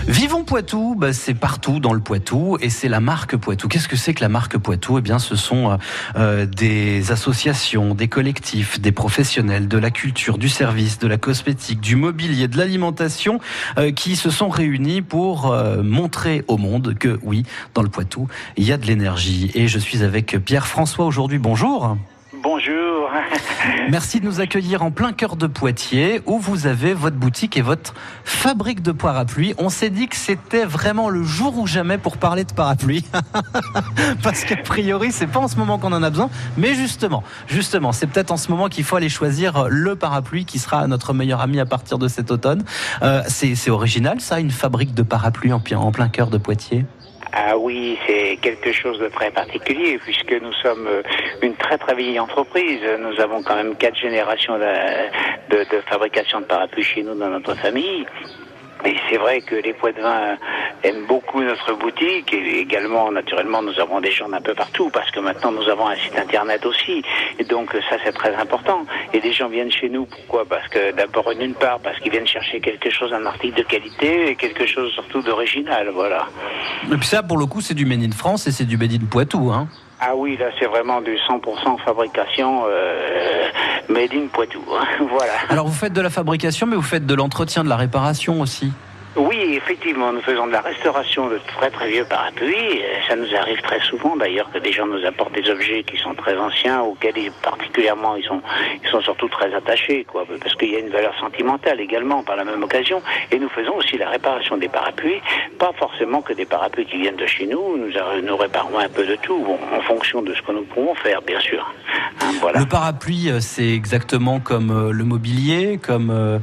Vivons Poitou, c'est partout dans le Poitou et c'est la marque Poitou. Qu'est-ce que c'est que la marque Poitou ? Eh bien, ce sont des associations, des collectifs, des professionnels de la culture, du service, de la cosmétique, du mobilier, de l'alimentation qui se sont réunis pour montrer au monde que oui, dans le Poitou, il y a de l'énergie. Et je suis avec Pierre-François aujourd'hui. Bonjour. Bonjour. Merci de nous accueillir en plein cœur de Poitiers, où vous avez votre boutique et votre fabrique de parapluies. On s'est dit que c'était vraiment le jour ou jamais pour parler de parapluies. Parce qu'a priori, c'est pas en ce moment qu'on en a besoin. Mais justement, c'est peut-être en ce moment qu'il faut aller choisir le parapluie qui sera notre meilleur ami à partir de cet automne. C'est original, ça, une fabrique de parapluies en plein cœur de Poitiers ? Ah oui, c'est quelque chose de très particulier puisque nous sommes une très très vieille entreprise. Nous avons quand même 4 générations de fabrication de parapluies chez nous dans notre famille. Et c'est vrai que les Poitevins aiment beaucoup notre boutique et également, naturellement, nous avons des gens d'un peu partout parce que maintenant nous avons un site internet aussi. Et donc ça c'est très important. Et les gens viennent chez nous, pourquoi ? Parce que d'abord d'une part, parce qu'ils viennent chercher quelque chose, un article de qualité et quelque chose surtout d'original, voilà. Et puis ça, pour le coup, c'est du Made in France et c'est du Made in Poitou, hein. Ah oui, là c'est vraiment du 100% fabrication Made in Poitou, hein, voilà. Alors vous faites de la fabrication, mais vous faites de l'entretien, de la réparation aussi. Oui, effectivement, nous faisons de la restauration de très très vieux parapluies. Ça nous arrive très souvent d'ailleurs que des gens nous apportent des objets qui sont très anciens, auxquels particulièrement ils sont surtout très attachés, quoi, parce qu'il y a une valeur sentimentale également par la même occasion. Et nous faisons aussi la réparation des parapluies, pas forcément que des parapluies qui viennent de chez nous. Nous réparons un peu de tout, en fonction de ce que nous pouvons faire, bien sûr. Hein, voilà. Le parapluie, c'est exactement comme le mobilier, comme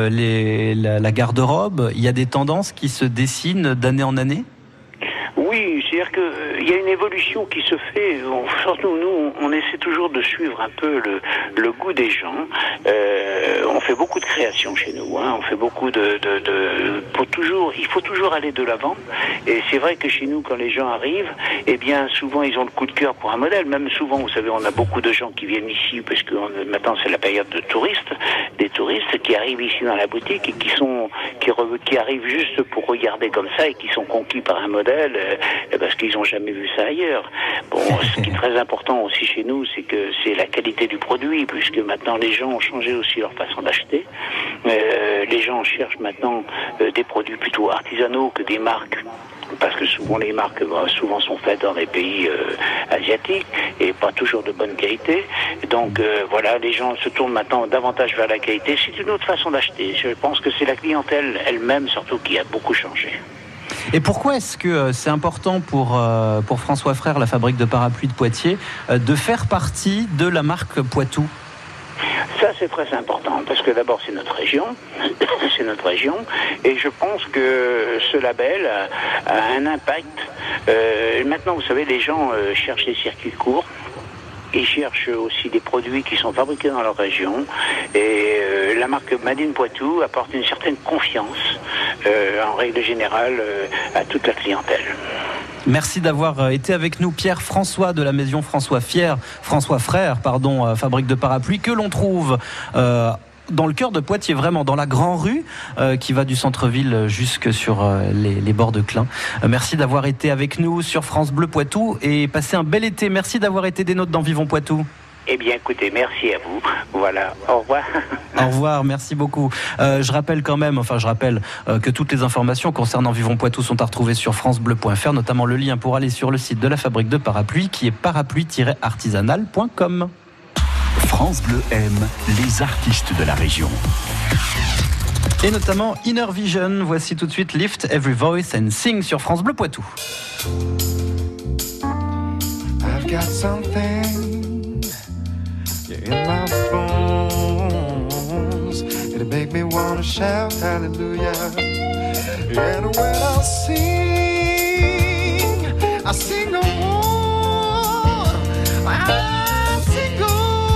la garde-robe. Il y a des tendances qui se dessinent d'année en année ? Oui, c'est-à-dire qu'il y a une évolution qui se fait. Surtout nous, on essaie toujours de suivre un peu le goût des gens. On fait beaucoup de créations chez nous. Hein. On fait beaucoup il faut toujours aller de l'avant. Et c'est vrai que chez nous, quand les gens arrivent, eh bien, souvent ils ont le coup de cœur pour un modèle. Même souvent, vous savez, on a beaucoup de gens qui viennent ici parce que maintenant c'est la période de touristes, des touristes qui arrivent ici dans la boutique et qui arrivent juste pour regarder comme ça et qui sont conquis par un modèle. Parce qu'ils n'ont jamais vu ça ailleurs. Bon, ce qui est très important aussi chez nous, c'est que c'est la qualité du produit, puisque maintenant les gens ont changé aussi leur façon d'acheter. Les gens cherchent maintenant des produits plutôt artisanaux que des marques. Parce que souvent les marques sont faites dans des pays asiatiques et pas toujours de bonne qualité. Donc voilà, les gens se tournent maintenant davantage vers la qualité. C'est une autre façon d'acheter. Je pense que c'est la clientèle elle-même surtout qui a beaucoup changé. Et pourquoi est-ce que c'est important pour François Frères, la fabrique de parapluies de Poitiers, de faire partie de la marque Poitou ? Ça, c'est très important, parce que d'abord, c'est notre région, et je pense que ce label a un impact. Maintenant, vous savez, les gens cherchent des circuits courts. Ils cherchent aussi des produits qui sont fabriqués dans leur région. Et la marque Made in Poitou apporte une certaine confiance, en règle générale, à toute la clientèle. Merci d'avoir été avec nous, Pierre-François de la maison François Frères, fabrique de parapluies, que l'on trouve dans le cœur de Poitiers, vraiment dans la Grand Rue qui va du centre-ville jusque sur les bords de Clin. Merci d'avoir été avec nous sur France Bleu Poitou et passez un bel été. Merci d'avoir été des nôtres dans Vivons Poitou. Eh bien, écoutez, merci à vous. Voilà, au revoir. Au revoir, merci beaucoup. Je rappelle que toutes les informations concernant Vivons Poitou sont à retrouver sur francebleu.fr, notamment le lien pour aller sur le site de la fabrique de parapluies qui est parapluie-artisanal.com. France Bleu aime les artistes de la région. Et notamment Inner Vision. Voici tout de suite Lift Every Voice and Sing sur France Bleu Poitou. I've got something in my bones. It'll make me wanna shout hallelujah. And when I sing no more. I sing no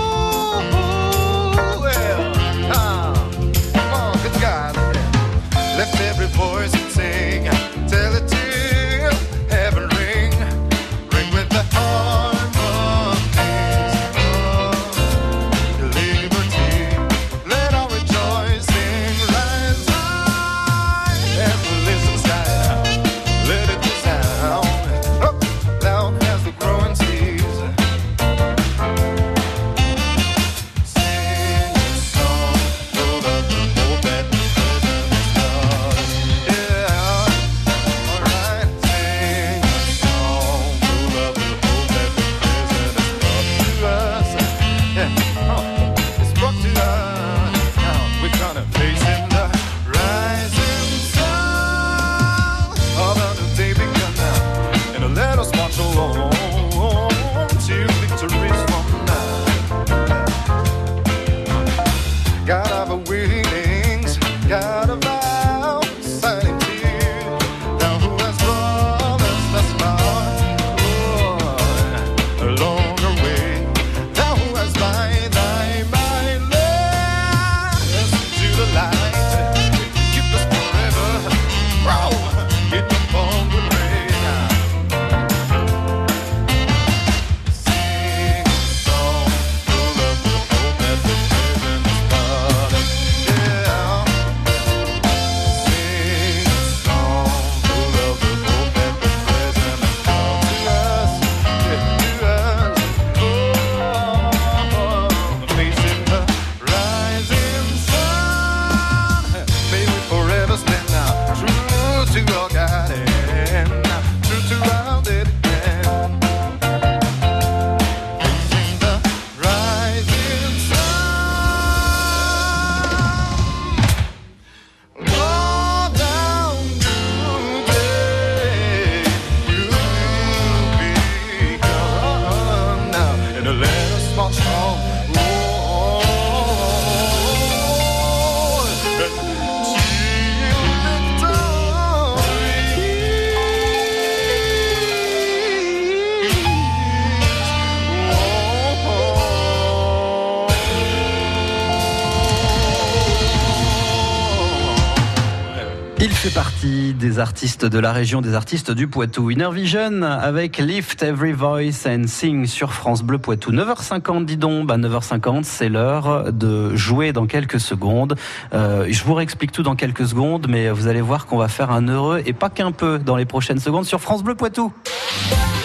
more. Come on, good God. Lift every voice and sing. Tell it to heaven ring. Ring with the harmonies of liberty. Let all rejoicing rise high and listen side fait partie des artistes de la région, des artistes du Poitou. Inner Vision avec Lift Every Voice and Sing sur France Bleu Poitou. 9h50, dis donc. 9h50, c'est l'heure de jouer dans quelques secondes. Je vous réexplique tout dans quelques secondes, mais vous allez voir qu'on va faire un heureux et pas qu'un peu dans les prochaines secondes sur France Bleu Poitou.